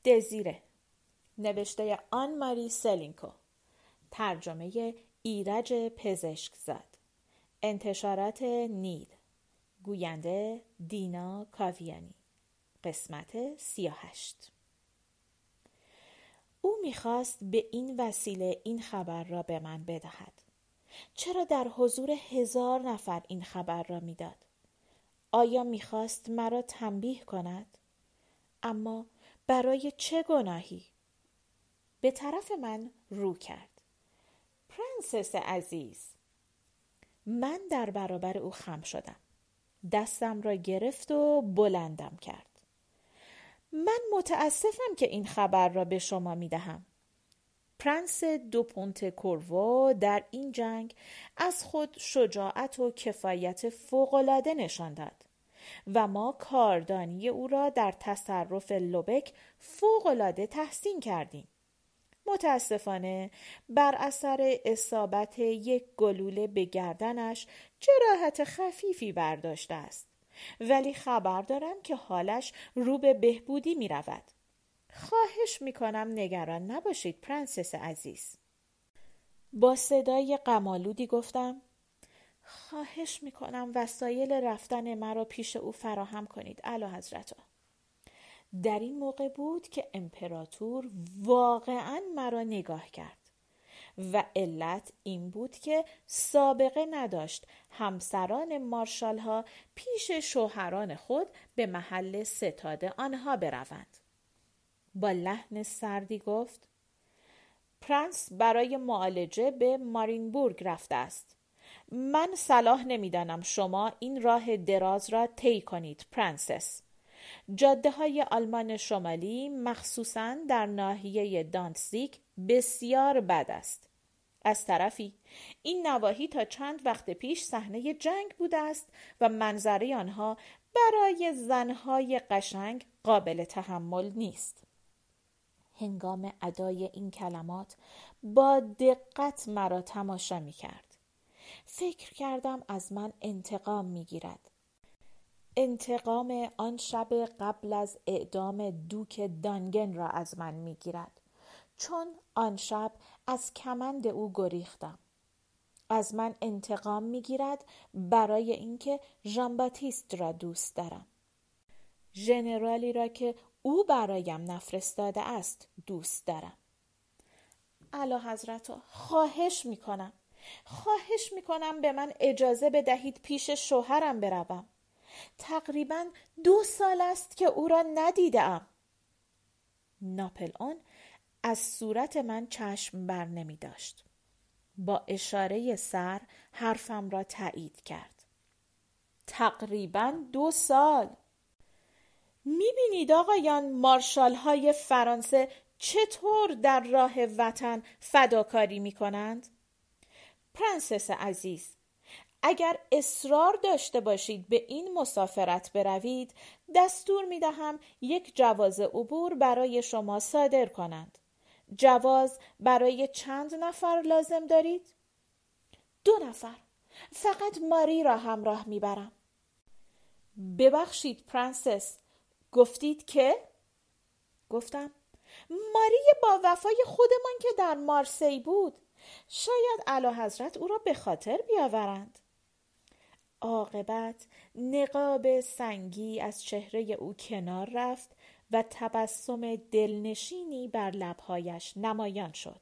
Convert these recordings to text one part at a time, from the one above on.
دزیره، نوشته آن ماری سلینکو، ترجمه ایرج پزشکزاد، انتشارات نیل، گوینده دینا کاویانی. قسمت 38. او می‌خواست به این وسیله این خبر را به من بدهد. چرا در حضور 1000 نفر این خبر را می‌داد؟ آیا می‌خواست مرا تنبیه کند؟ اما برای چه گناهی؟ به طرف من رو کرد. پرنسس عزیز. من در برابر او خم شدم. دستم را گرفت و بلندم کرد. من متاسفم که این خبر را به شما می دهم. پرنس دو پونت کورو در این جنگ از خود شجاعت و کفایت فوق‌العاده نشان داد و ما کاردانی او را در تصرف لوبک فوق‌العاده تحسین کردیم. متاسفانه بر اثر اصابت یک گلوله به گردنش جراحت خفیفی برداشته است، ولی خبر دارم که حالش رو به بهبودی می رود. خواهش می کنم نگران نباشید پرنسس عزیز. با صدای غم‌آلودی گفتم خواهش می کنم وسایل رفتن مرا پیش او فراهم کنید اعلیحضرت. در این موقع بود که امپراتور واقعاً مرا نگاه کرد و علت این بود که سابقه نداشت همسران مارشال ها پیش شوهران خود به محل ستاد آنها بروند. با لحن سردی گفت پرنس برای معالجه به مارینبورگ رفته است. من صلاح نمی‌دانم شما این راه دراز را طی کنید پرنسس. جاده های آلمان شمالی مخصوصاً در ناحیه دانتزیگ بسیار بد است. از طرفی این نواحی تا چند وقت پیش صحنه جنگ بوده است و منظره آنها برای زنهای قشنگ قابل تحمل نیست. هنگام ادای این کلمات با دقت مرا تماشا می کرد. فکر کردم از من انتقام می گیرد. انتقام آن شب قبل از اعدام دوک دانگن را از من می گیرد، چون آن شب از کمند او گریختم. از من انتقام می گیرد برای اینکه ژان باتیست را دوست دارم. ژنرالی را که او برایم نفرستاده است دوست دارم. اعلیحضرت خواهش می کنم به من اجازه بدهید پیش شوهرم بروم. تقریباً 2 سال است که او را ندیدم. ناپلئون از صورت من چشم بر نمی داشت. با اشاره سر حرفم را تایید کرد. تقریباً 2 سال. می‌بینید آقایان مارشال های فرانسه چطور در راه وطن فداکاری می‌کنند؟ پرنسس عزیز، اگر اصرار داشته باشید به این مسافرت بروید، دستور می‌دهم یک جواز عبور برای شما صادر کنند. جواز برای چند نفر لازم دارید؟ 2 نفر. فقط ماری را همراه میبرم. ببخشید پرنسس، گفتید که؟ گفتم ماری با وفای خودمان که در مارسی بود. شاید اعلیحضرت او را به خاطر بیاورند. عاقبت نقاب سنگی از چهره او کنار رفت و تبسم دلنشینی بر لبهایش نمایان شد.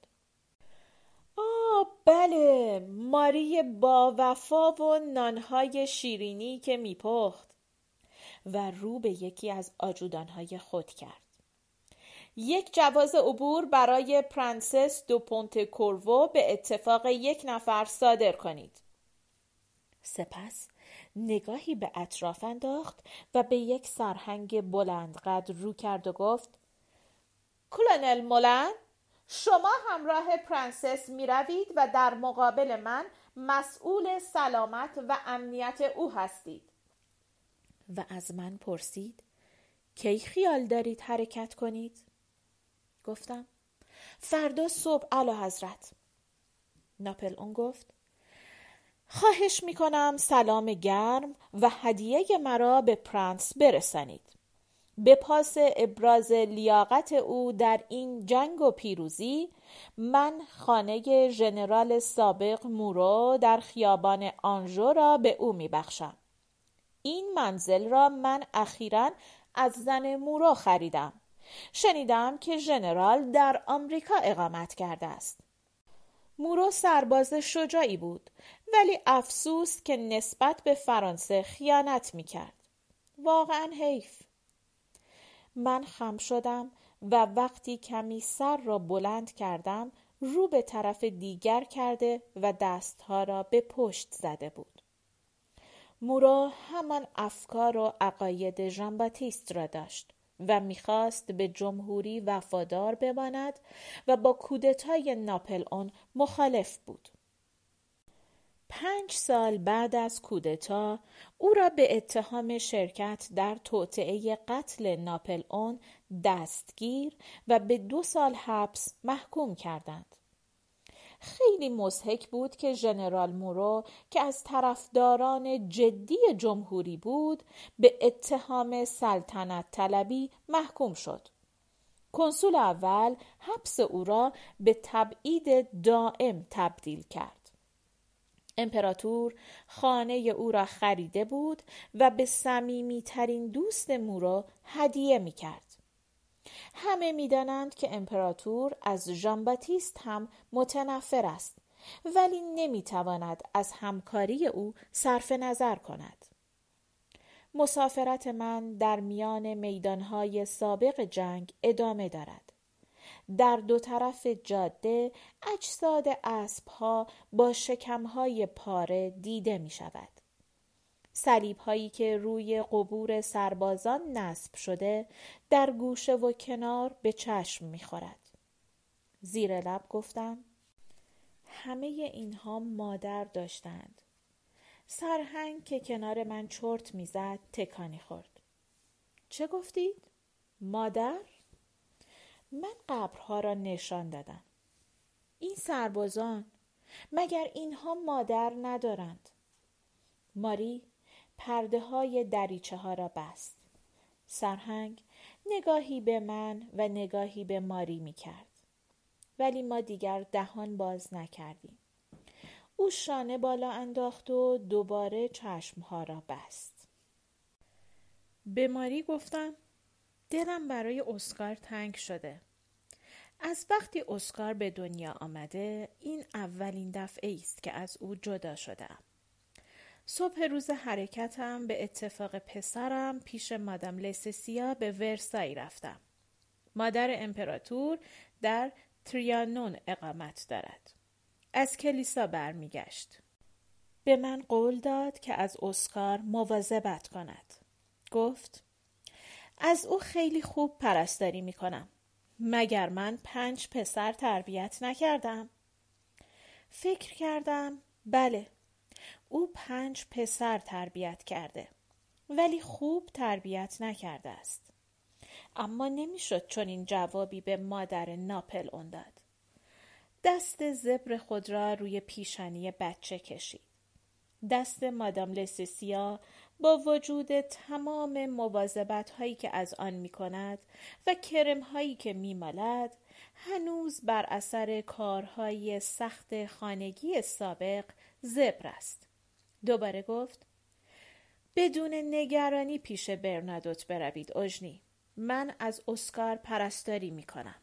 بله، ماری با وفا و نانهای شیرینی که میپخت. و رو به یکی از آجودانهای خود کرد. یک جواز عبور برای پرنسس دو پونت کورو به اتفاق 1 نفر صادر کنید. سپس نگاهی به اطراف انداخت و به یک سرهنگ بلند قد رو کرد و گفت کلونل مولن، شما همراه پرنسس می روید و در مقابل من مسئول سلامت و امنیت او هستید. و از من پرسید کی خیال دارید حرکت کنید؟ گفتم فردا صبح اعلیحضرت. ناپلئون گفت خواهش میکنم سلام گرم و هدیه مرا به پرنس برسانید. به پاس ابراز لیاقت او در این جنگ و پیروزی، من خانه ژنرال سابق مورو در خیابان آنژو را به او میبخشم. این منزل را من اخیراً از زن مورو خریدم. شنیدم که ژنرال در آمریکا اقامت کرده است. مورو سرباز شجاعی بود، ولی افسوس که نسبت به فرانسه خیانت میکرد. واقعاً حیف. من خم شدم و وقتی کمی سر را بلند کردم رو به طرف دیگر کرده و دستها را به پشت زده بود. مورو همان افکار و عقاید ژان باتیست را داشت و می‌خواست به جمهوری وفادار بماند و با کودتای ناپلئون مخالف بود. 5 سال بعد از کودتا او را به اتهام شرکت در توطئه قتل ناپلئون دستگیر و به 2 سال حبس محکوم کردند. خیلی مضحک بود که ژنرال مورو که از طرفداران جدی جمهوری بود به اتهام سلطنت طلبی محکوم شد. کنسول اول حبس او را به تبعید دائم تبدیل کرد. امپراتور خانه او را خریده بود و به صمیمی‌ترین دوست مورو هدیه می‌کرد. همه می‌دانند که امپراتور از ژان باتیست هم متنفر است، ولی نمی‌تواند از همکاری او صرف نظر کند. مسافرت من در میان میدانهای سابق جنگ ادامه دارد. در 2 طرف جاده اجساد اسب‌ها با شکم‌های پاره دیده می‌شود. صلیب‌هایی که روی قبور سربازان نصب شده در گوشه و کنار به چشم می‌خورد. زیر لب گفتم همه اینها مادر داشتند. سرهنگ که کنار من چرت می‌زد تکانی خورد. چه گفتید؟ مادر؟ من قبرها را نشان دادم. این سربازان مگر اینها مادر ندارند؟ ماری پرده های دریچه ها را بست. سرهنگ نگاهی به من و نگاهی به ماری می کرد. ولی ما دیگر دهان باز نکردیم. او شانه بالا انداخت و دوباره چشمها را بست. به ماری گفتم دلم برای اسکار تنگ شده. از وقتی اسکار به دنیا آمده این اولین دفعه است که از او جدا شدم. صبح روز حرکتم به اتفاق پسرم پیش مادام لسسیا به ورسای رفتم. مادر امپراتور در تریانون اقامت دارد. از کلیسا برمیگشت. به من قول داد که از اسکار مواظبت کند. گفت از او خیلی خوب پرستاری میکنم. مگر من 5 پسر تربیت نکردم؟ فکر کردم بله، او 5 پسر تربیت کرده، ولی خوب تربیت نکرده است. اما نمیشد چون این جوابی به مادر ناپلئون داد. دست زبر خود را روی پیشانی بچه کشید. دست مادام لسسیا با وجود تمام مواظبت هایی که از آن می کند و کرم هایی که می مالد هنوز بر اثر کارهای سخت خانگی سابق زبر است. دوباره گفت بدون نگرانی پیش برنادوت بروید اوژنی. من از اسکار پرستاری می کنم.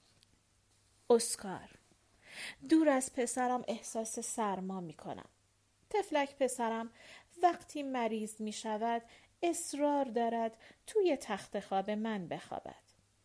اسکار. دور از پسرم احساس سرما می کنم. طفلک پسرم وقتی مریض می شود اصرار دارد توی تخت خواب من بخوابد.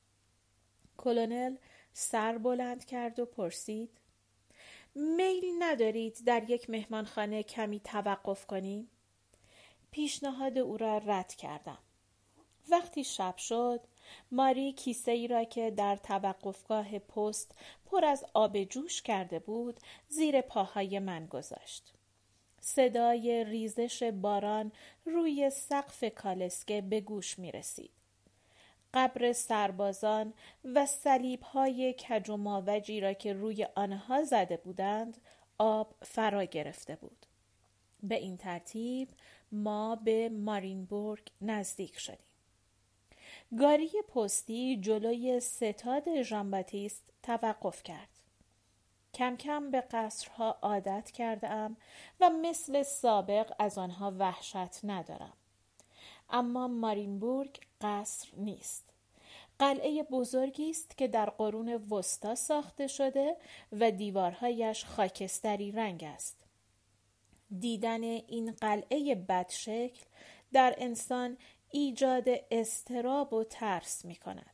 کلونل سر بلند کرد و پرسید میل ندارید در یک مهمانخانه کمی توقف کنیم؟ پیشنهاد او را رد کردم. وقتی شب شد ماری کیسه ای را که در توقفگاه پست پر از آب جوش کرده بود زیر پاهای من گذاشت. صدای ریزش باران روی سقف کالسکه به گوش می رسید. قبر سربازان و صلیب‌های کج و ماوجی را که روی آنها زده بودند آب فرا گرفته بود. به این ترتیب ما به مارینبورگ نزدیک شدیم. گاری پستی جلوی ستاد ژان باتیست توقف کرد. کم کم به قصرها عادت کردم و مثل سابق از آنها وحشت ندارم. اما مارینبورگ قصر نیست. قلعه بزرگی است که در قرون وسطا ساخته شده و دیوارهایش خاکستری رنگ است. دیدن این قلعه بدشکل در انسان ایجاد اضطراب و ترس می کند.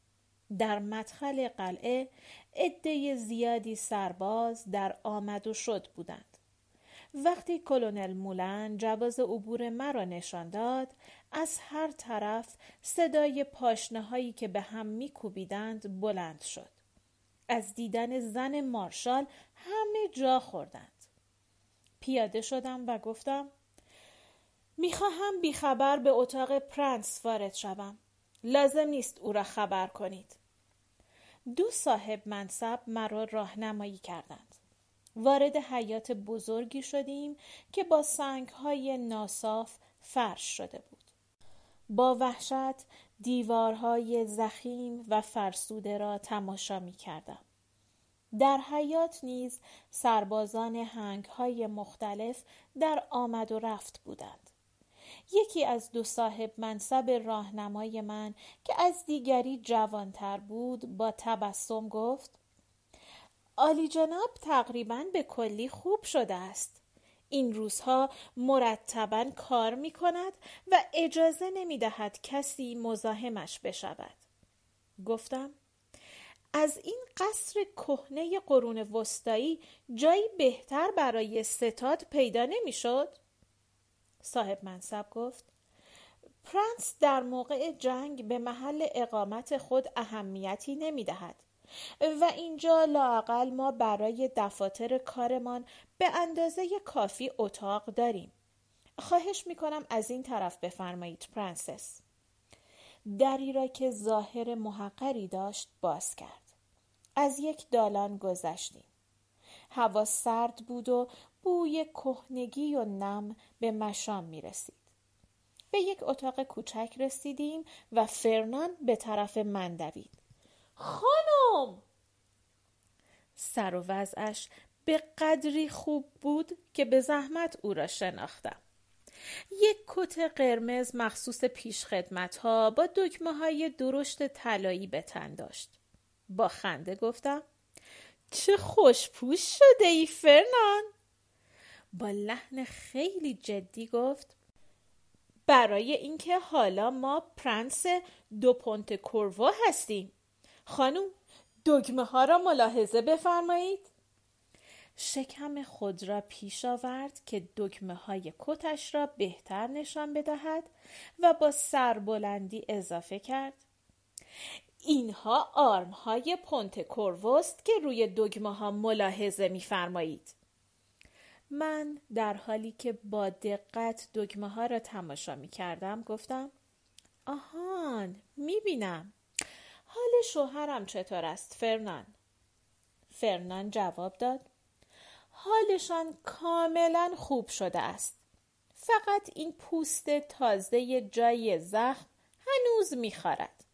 در مدخل قلعه عده زیادی سرباز در آمد و شد بودند. وقتی کلونل مولن جواز عبور مرا نشان داد، از هر طرف صدای پاشنه‌هایی که به هم می‌کوبیدند بلند شد. از دیدن زن مارشال همه جا خوردند. پیاده شدم و گفتم می‌خواهم بیخبر به اتاق پرنس وارد شوم. لازم نیست او را خبر کنید. 2 صاحب منصب مرا راهنمایی کردند. وارد حیاط بزرگی شدیم که با سنگ‌های ناصاف فرش شده بود. با وحشت دیوارهای ضخیم و فرسوده را تماشا می‌کردم. در حیاط نیز سربازان هنگ‌های مختلف در آمد و رفت بودند. یکی از 2 صاحب منصب راهنمای من که از دیگری جوانتر بود با تبسم گفت: عالی جناب تقریباً به کلی خوب شده است. این روزها مرتباً کار می کند و اجازه نمی دهد کسی مزاحمش بشود. گفتم از این قصر کهنه قرون وسطایی جایی بهتر برای ستاد پیدا نمی شد؟ صاحب منصب گفت پرنس در موقع جنگ به محل اقامت خود اهمیتی نمی دهد و اینجا لااقل ما برای دفاتر کارمان به اندازه کافی اتاق داریم. خواهش میکنم از این طرف بفرمایید پرنسس. دری را که ظاهر محقری داشت باز کرد. از یک دالان گذشتیم. هوا سرد بود و بوی کهنگی و نم به مشام می رسید. به یک اتاق کوچک رسیدیم و فرنان به طرف من دوید. خانم! سر و وضعش به قدری خوب بود که به زحمت او را شناختم. یک کت قرمز مخصوص پیشخدمت‌ها با دکمه‌های درشت طلایی به تن داشت. با خنده گفتم چه خوشپوش شده ای فرنان؟ با لحن خیلی جدی گفت برای اینکه حالا ما پرنس دو پونت کوروا هستیم. خانم دگمه ها را ملاحظه بفرمایید. شکم خود را پیش آورد که دگمه های کتش را بهتر نشان بدهد و با سربلندی اضافه کرد اینها آرم های پونت کورواست که روی دگمه ها ملاحظه می‌فرمایید. من در حالی که با دقت دگمه ها را تماشا می‌کردم گفتم آهان می‌بینم. حال شوهرم چطور است فرنان؟ فرنان جواب داد حالشان کاملا خوب شده است. فقط این پوست تازه جای زخم هنوز می‌خارد.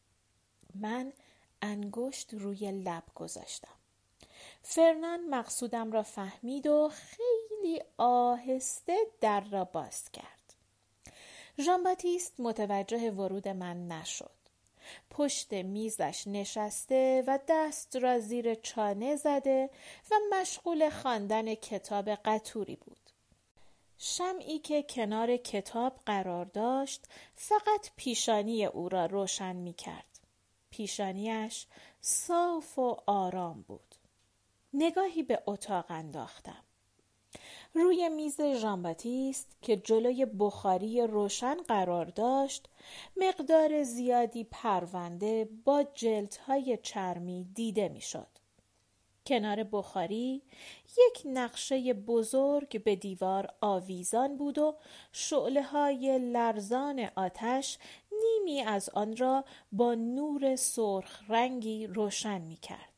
من انگشت روی لب گذاشتم. فرنان مقصودم را فهمید و خیلی آهسته در را باز کرد. ژان باتیست متوجه ورود من نشد. پشت میزش نشسته و دست را زیر چانه زده و مشغول خواندن کتاب قطوری بود. شمعی که کنار کتاب قرار داشت فقط پیشانی او را روشن می کرد. پیشانیش صاف و آرام بود. نگاهی به اتاق انداختم. روی میز ژان باتیست که جلوی بخاری روشن قرار داشت مقدار زیادی پرونده با جلدهای چرمی دیده میشد. کنار بخاری یک نقشه بزرگ به دیوار آویزان بود و شعله‌های لرزان آتش نیمی از آن را با نور سرخ رنگی روشن می کرد.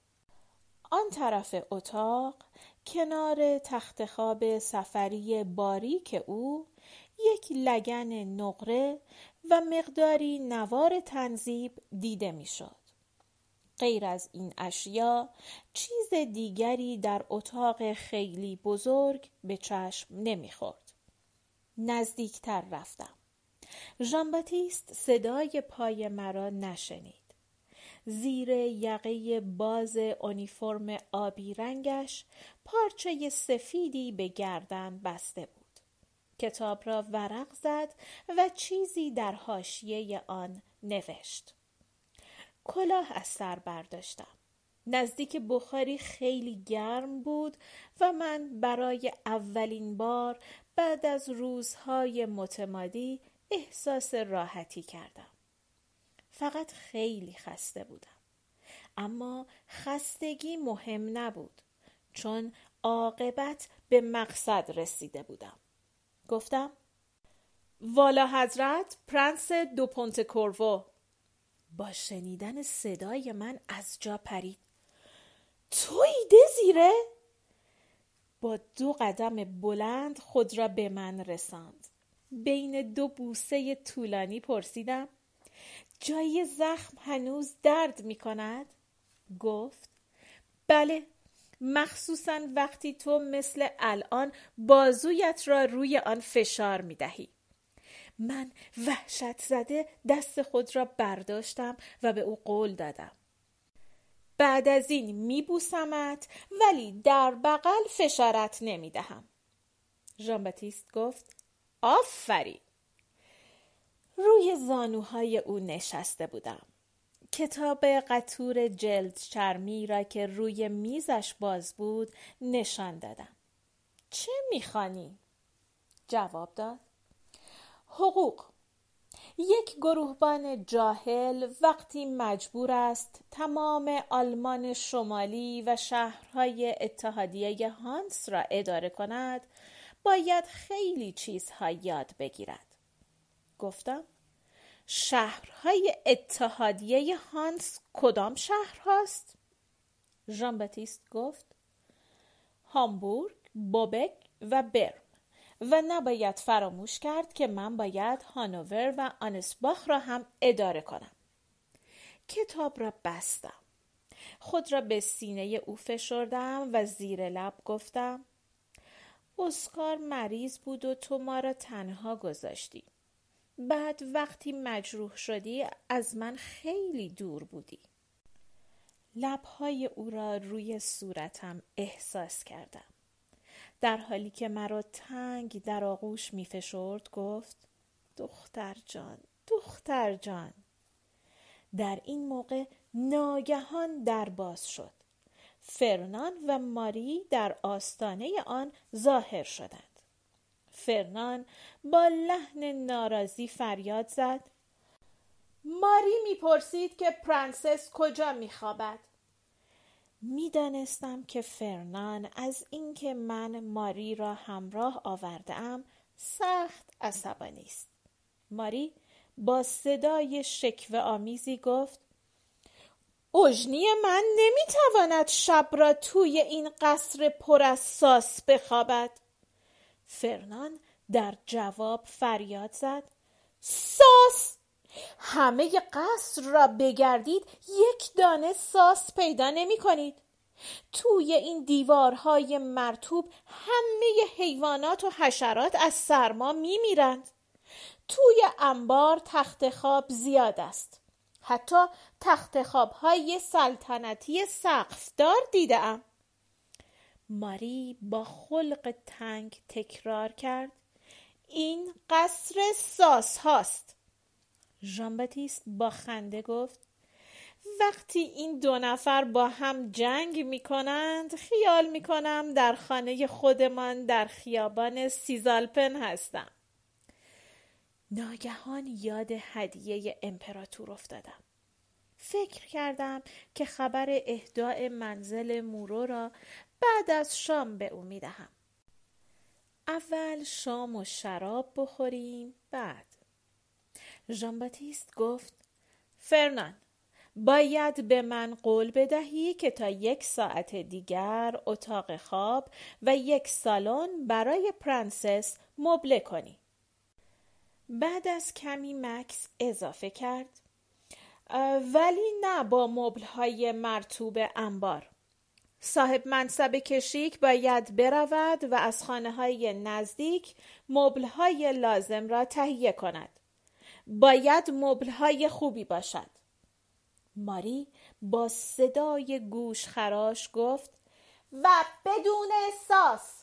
آن طرف اتاق کنار تخت خواب سفری باریک او یک لگن نقره و مقداری نوار تنظیف دیده میشد. غیر از این اشیا چیز دیگری در اتاق خیلی بزرگ به چشم نمیخورد. نزدیکتر رفتم. ژان باتیست صدای پای مرا نشنید. زیر یقه باز اونیفرم آبی رنگش پارچه سفیدی به گردن بسته بود. کتاب را ورق زد و چیزی در حاشیه آن نوشت. کلاه از سر برداشتم. نزدیک بخاری خیلی گرم بود و من برای اولین بار بعد از روزهای متمادی احساس راحتی کردم. فقط خیلی خسته بودم. اما خستگی مهم نبود، چون عاقبت به مقصد رسیده بودم. گفتم: والا حضرت پرنس دو پونتکورو. با شنیدن صدای من از جا پرید. تویی دزیره؟ با 2 قدم بلند خود را به من رساند. بین 2 بوسه طولانی پرسیدم: جای زخم هنوز درد می کند؟ گفت: بله، مخصوصاً وقتی تو مثل الان بازویت را روی آن فشار می دهی. من وحشت زده دست خود را برداشتم و به او قول دادم: بعد از این می بوسمت، ولی در بغل فشارت نمی دهم. ژان باتیست گفت: آفرین. روی زانوهای او نشسته بودم. کتاب قطور جلد چرمی را که روی میزش باز بود نشان دادم. چه میخوانی؟ جواب داد: حقوق. یک گروهبان جاهل وقتی مجبور است تمام آلمان شمالی و شهرهای اتحادیه هانس را اداره کند، باید خیلی چیزها یاد بگیرد. گفتم: شهرهای اتحادیه هانس کدام شهر هاست؟ ژان باتیست گفت: هامبورگ، بوبک و برم. و نباید فراموش کرد که من باید هانوور و آنسباخ را هم اداره کنم. کتاب را بستم. خود را به سینه او فشردم و زیر لب گفتم: اسکار مریض بود و تو ما را تنها گذاشتی. بعد وقتی مجروح شدی از من خیلی دور بودی. لبهای او را روی صورتم احساس کردم. در حالی که مرا تنگ در آغوش می فشرد گفت: دختر جان، دختر جان. در این موقع ناگهان در باز شد. فرنان و ماری در آستانه آن ظاهر شدند. فرنان با لحن ناراضی فریاد زد: ماری میپرسید که پرنسس کجا میخوابد. میدانستم که فرنان از اینکه من ماری را همراه آورده‌ام سخت عصبانی است. ماری با صدای شکوه آمیزی گفت: اژنی من نمیتواند شب را توی این قصر پر از ساس بخوابد. فرنان در جواب فریاد زد: ساس! همه قصر را بگردید یک دانه ساس پیدا نمی کنید. توی این دیوارهای مرطوب همه حیوانات و حشرات از سرما می میرند. توی انبار تخت خواب زیاد است. حتی تخت خواب‌های سلطنتی سقفدار دیدم. ماری با خلق تنگ تکرار کرد: این قصر ساس هاست. ژان باتیست با خنده گفت: وقتی این 2 نفر با هم جنگ می کنند خیال می کنم در خانه خودمان در خیابان سیزالپن هستم. ناگهان یاد هدیه امپراتور افتادم. فکر کردم که خبر اهدای منزل مورو را بعد از شام به او می دهم. اول شام و شراب بخوریم بعد. ژان باتیست گفت: فرنان، باید به من قول بدهی که تا 1 ساعت دیگر اتاق خواب و 1 سالن برای پرنسس مبله کنی. بعد از کمی مکس اضافه کرد: ولی نه با مبل‌های مرطوب انبار. صاحب منصب کشیک باید برود و از خانه‌های نزدیک مبل‌های لازم را تهیه کند. باید مبل‌های خوبی باشد. ماری با صدای گوش خراش گفت: و بدون ساس.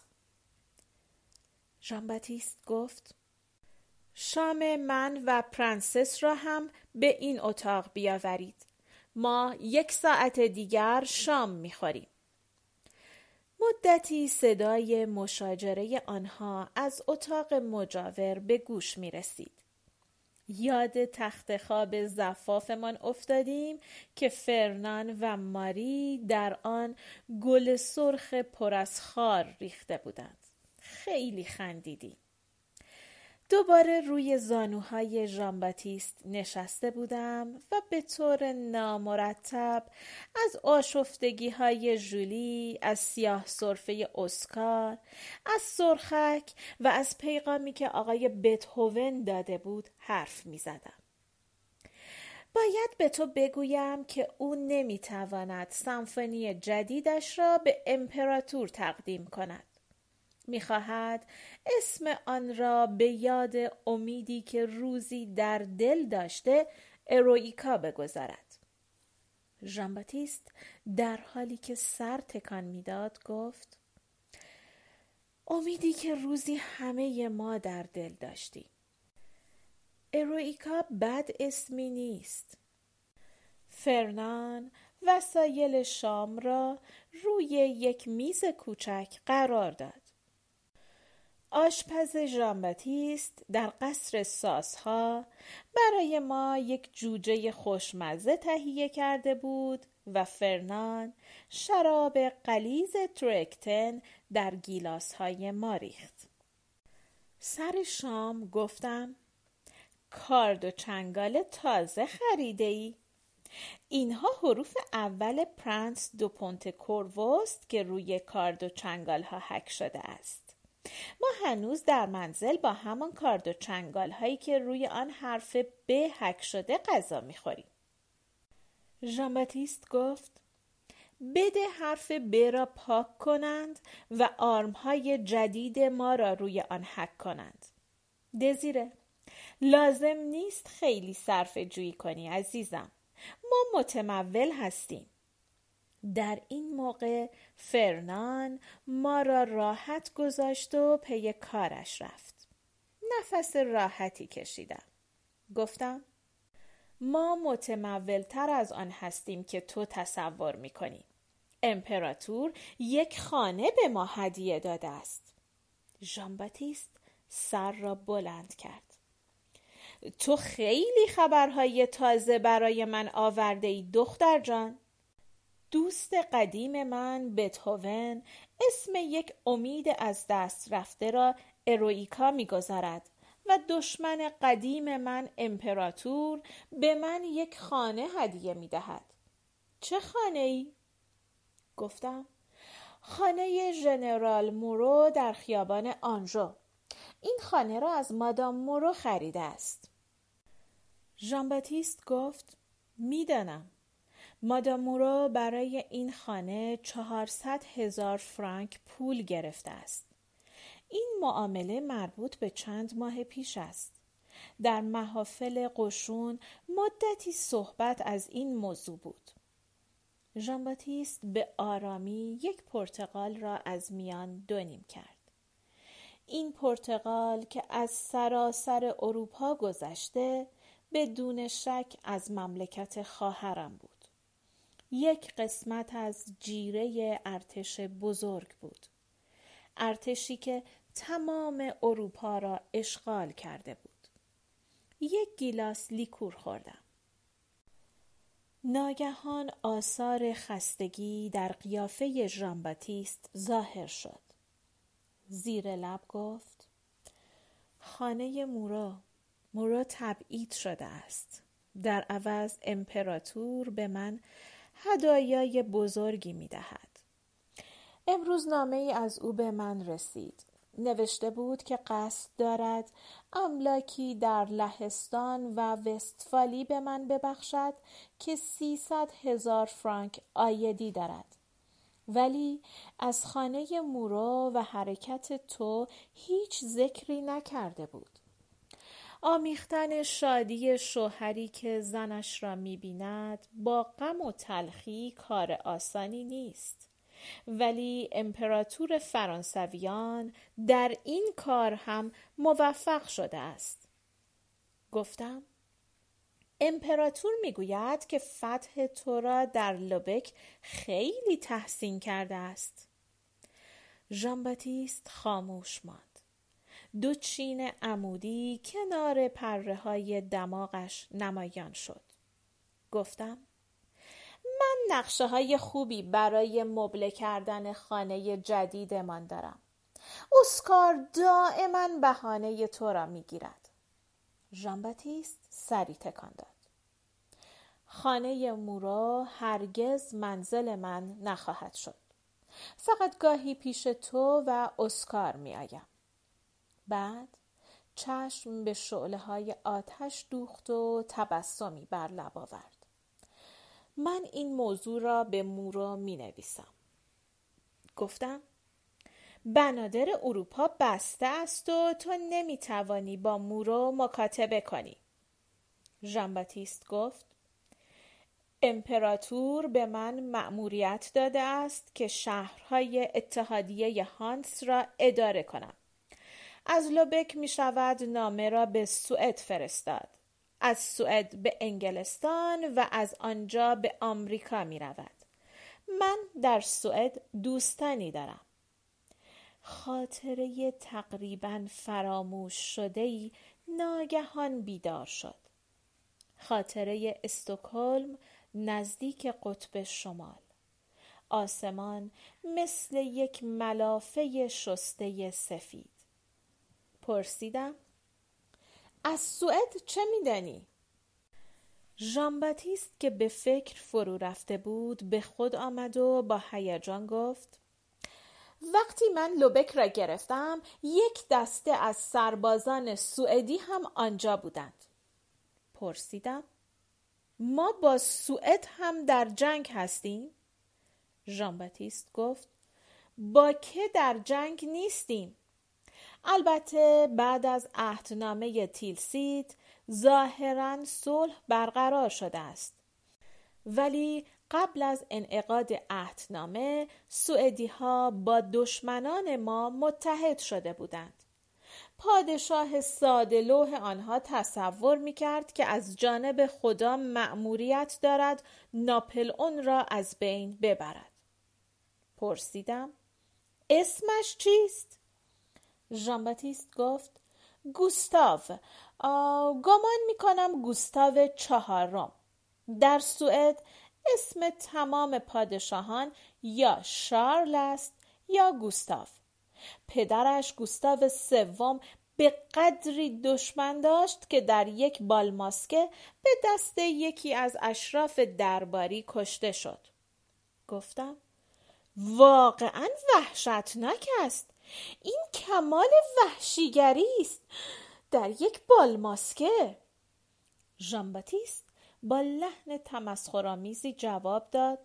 ژان باتیست گفت: شام من و پرنسس را هم به این اتاق بیاورید. ما 1 ساعت دیگر شام می‌خوریم. مدتی صدای مشاجره آنها از اتاق مجاور به گوش می رسید. یاد تخت خواب زفافمان افتادیم که فرنان و ماری در آن گل سرخ پر از خار ریخته بودند. خیلی خندیدیم. دوباره روی زانوهای ژان باتیست نشسته بودم و به طور نامرتب از آشفتگی‌های ژولی، از سیاه سرفه اسکار، از سرخک و از پیغامی که آقای بتهوون داده بود حرف می‌زدم. باید به تو بگویم که او نمی‌تواند سمفونی جدیدش را به امپراتور تقدیم کند. می‌خواهد اسم آن را به یاد امیدی که روزی در دل داشته اروئیکا بگذارد. ژان باتیست در حالی که سر تکان میداد گفت: امیدی که روزی همه ما در دل داشتیم. اروئیکا بد اسمی نیست. فرنان وسایل شام را روی یک میز کوچک قرار داد. آشپز ژان باتیست در قصر ساس‌ها برای ما یک جوجه خوشمزه تهیه کرده بود و فرنان شراب غلیظ ترکتن در گیلاس‌های ما ریخت. سر شام گفتم: کارد و چنگال تازه خریده ای؟ اینها حروف اول پرنس دو پونت کورواست که روی کارد و چنگال ها حک شده است. ما هنوز در منزل با همان کارد و چنگال هایی که روی آن حرف ب حک شده غذا میخوریم. ژان باتیست گفت: بده حرف ب را پاک کنند و آرمهای جدید ما را روی آن حک کنند. دزیره، لازم نیست خیلی صرفه جویی کنی عزیزم. ما متمول هستیم. در این موقع فرنان ما را راحت گذاشت و پی کارش رفت. نفس راحتی کشیدم. گفتم: ما متمولتر از آن هستیم که تو تصور میکنی. امپراتور یک خانه به ما هدیه داده است. ژان باتیست سر را بلند کرد. تو خیلی خبرهای تازه برای من آورده ای دختر جان. دوست قدیم من بتهوون اسم یک امید از دست رفته را اروئیکا می‌گذارد و دشمن قدیم من امپراتور به من یک خانه هدیه می‌دهد. چه خانه‌ای؟ گفتم: خانه ژنرال مورو در خیابان آنژو. این خانه را از مادام مورو خریده است. ژان باتیست گفت: میدانم. مادام مورو برای این خانه 400,000 فرانک پول گرفته است. این معامله مربوط به چند ماه پیش است. در محافل قشون مدتی صحبت از این موضوع بود. ژان باتیست به آرامی یک پرتقال را از میان دونیم کرد. این پرتقال که از سراسر اروپا گذشته بدون شک از مملکت خواهرم بود. یک قسمت از جیره ارتش بزرگ بود. ارتشی که تمام اروپا را اشغال کرده بود. یک گیلاس لیکور خوردم. ناگهان آثار خستگی در قیافه ژان باتیست ظاهر شد. زیر لب گفت: خانه مورو تبعید شده است. در عوض امپراتور به من هدایای بزرگی می دهد. امروز نامه ای از او به من رسید. نوشته بود که قصد دارد املاکی در لهستان و وستفالی به من ببخشد که 300,000 فرانک عایدی دارد. ولی از خانه مورو و حرکت تو هیچ ذکری نکرده بود. آمیختن شادی شوهری که زنش را می‌بیند با غم و تلخی کار آسانی نیست. ولی امپراتور فرانسویان در این کار هم موفق شده است. گفتم امپراتور میگوید که فتح تو را در لوبک خیلی تحسین کرده است. ژان باتیست خاموش ماند. 2 چین عمودی کنار پره های دماغش نمایان شد. گفتم من نقشه های خوبی برای مبله کردن خانه جدیدمان دارم. اسکار دائما بهانه تو را میگیرد. ژان باتیست سری تکان داد. خانه مورو هرگز منزل من نخواهد شد. فقط گاهی پیش تو و اسکار می آیم. بعد چشم به شعله‌های آتش دوخت و تبسمی بر لب آورد. من این موضوع را به مورو می نویسم. گفتم بنادر اروپا بسته است و تو نمی توانی با مورو مکاتبه کنی. ژان باتیست گفت امپراتور به من مأموریت داده است که شهرهای اتحادیه هانس را اداره کنم. از لوبک می شود نامه را به سوئد فرستاد. از سوئد به انگلستان و از آنجا به آمریکا می رود. من در سوئد دوستانی دارم. خاطره تقریباً فراموش شده‌ای ناگهان بیدار شد. خاطره استکهلم نزدیک قطب شمال. آسمان مثل یک ملافه شسته سفید. پرسیدم از سوئد چه می‌دانی؟ ژان باتیست که به فکر فرو رفته بود به خود آمد و با هیجان گفت وقتی من لوبک را گرفتم 1 دسته از سربازان سوئدی هم آنجا بودند. پرسیدم ما با سوئد هم در جنگ هستیم؟ ژان باتیست گفت با که در جنگ نیستیم. البته بعد از عهدنامه تیلسیت ظاهراً صلح برقرار شده است. ولی قبل از انعقاد عهدنامه سوئدی‌ها با دشمنان ما متحد شده بودند. پادشاه ساده‌لوح آنها تصور می‌کرد که از جانب خدا مأموریت دارد ناپلئون را از بین ببرد. پرسیدم اسمش چیست؟ ژان باتیست گفت گوستاو. گمان می‌کنم گوستاو 4. در سوئد اسم تمام پادشاهان یا شارل است یا گوستاو. پدرش گوستاو 3 به قدری دشمن داشت که در یک بالماسکه به دست یکی از اشراف درباری کشته شد. گفتم واقعاً وحشتناک است. این کمال وحشیگری است. در یک بالماسکه. ژان باتیست با لحن تمسخرآمیزی جواب داد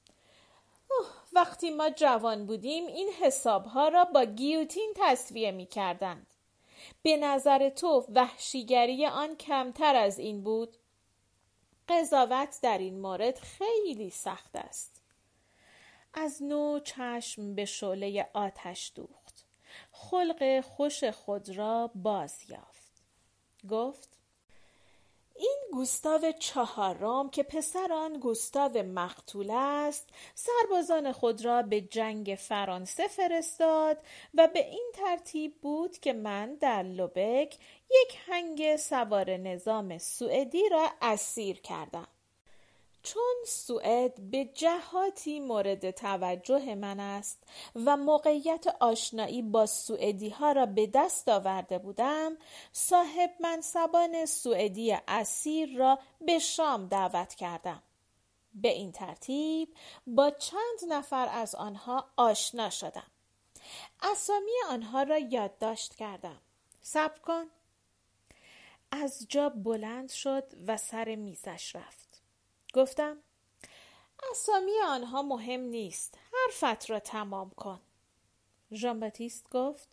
وقتی ما جوان بودیم این حسابها را با گیوتین تسویه می کردند. به نظر تو وحشیگری آن کمتر از این بود؟ قضاوت در این مورد خیلی سخت است. از نو چشم به شعله آتش دوخت. خلق خوش خود را باز یافت. گفت این گوستاو 4 که پسر آن گوستاو مقتول است سربازان خود را به جنگ فرانسه فرستاد و به این ترتیب بود که من در لوبک 1 هنگ سوار نظام سوئدی را اسیر کردم. چون سوئد به جهاتی مورد توجه من است و موقعیت آشنایی با سوئدی ها را به دست آورده بودم، صاحب منصبان سوئدی اسیر را به شام دعوت کردم. به این ترتیب با چند نفر از آنها آشنا شدم. اسامی آنها را یادداشت کردم. صبر کن. از جا بلند شد و سر میزش رفت. گفتم اسامی آنها مهم نیست. حرفت را تمام کن. ژان باتیست گفت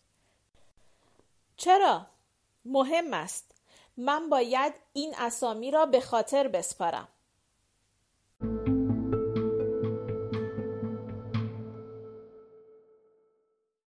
چرا؟ مهم است. من باید این اسامی را به خاطر بسپارم.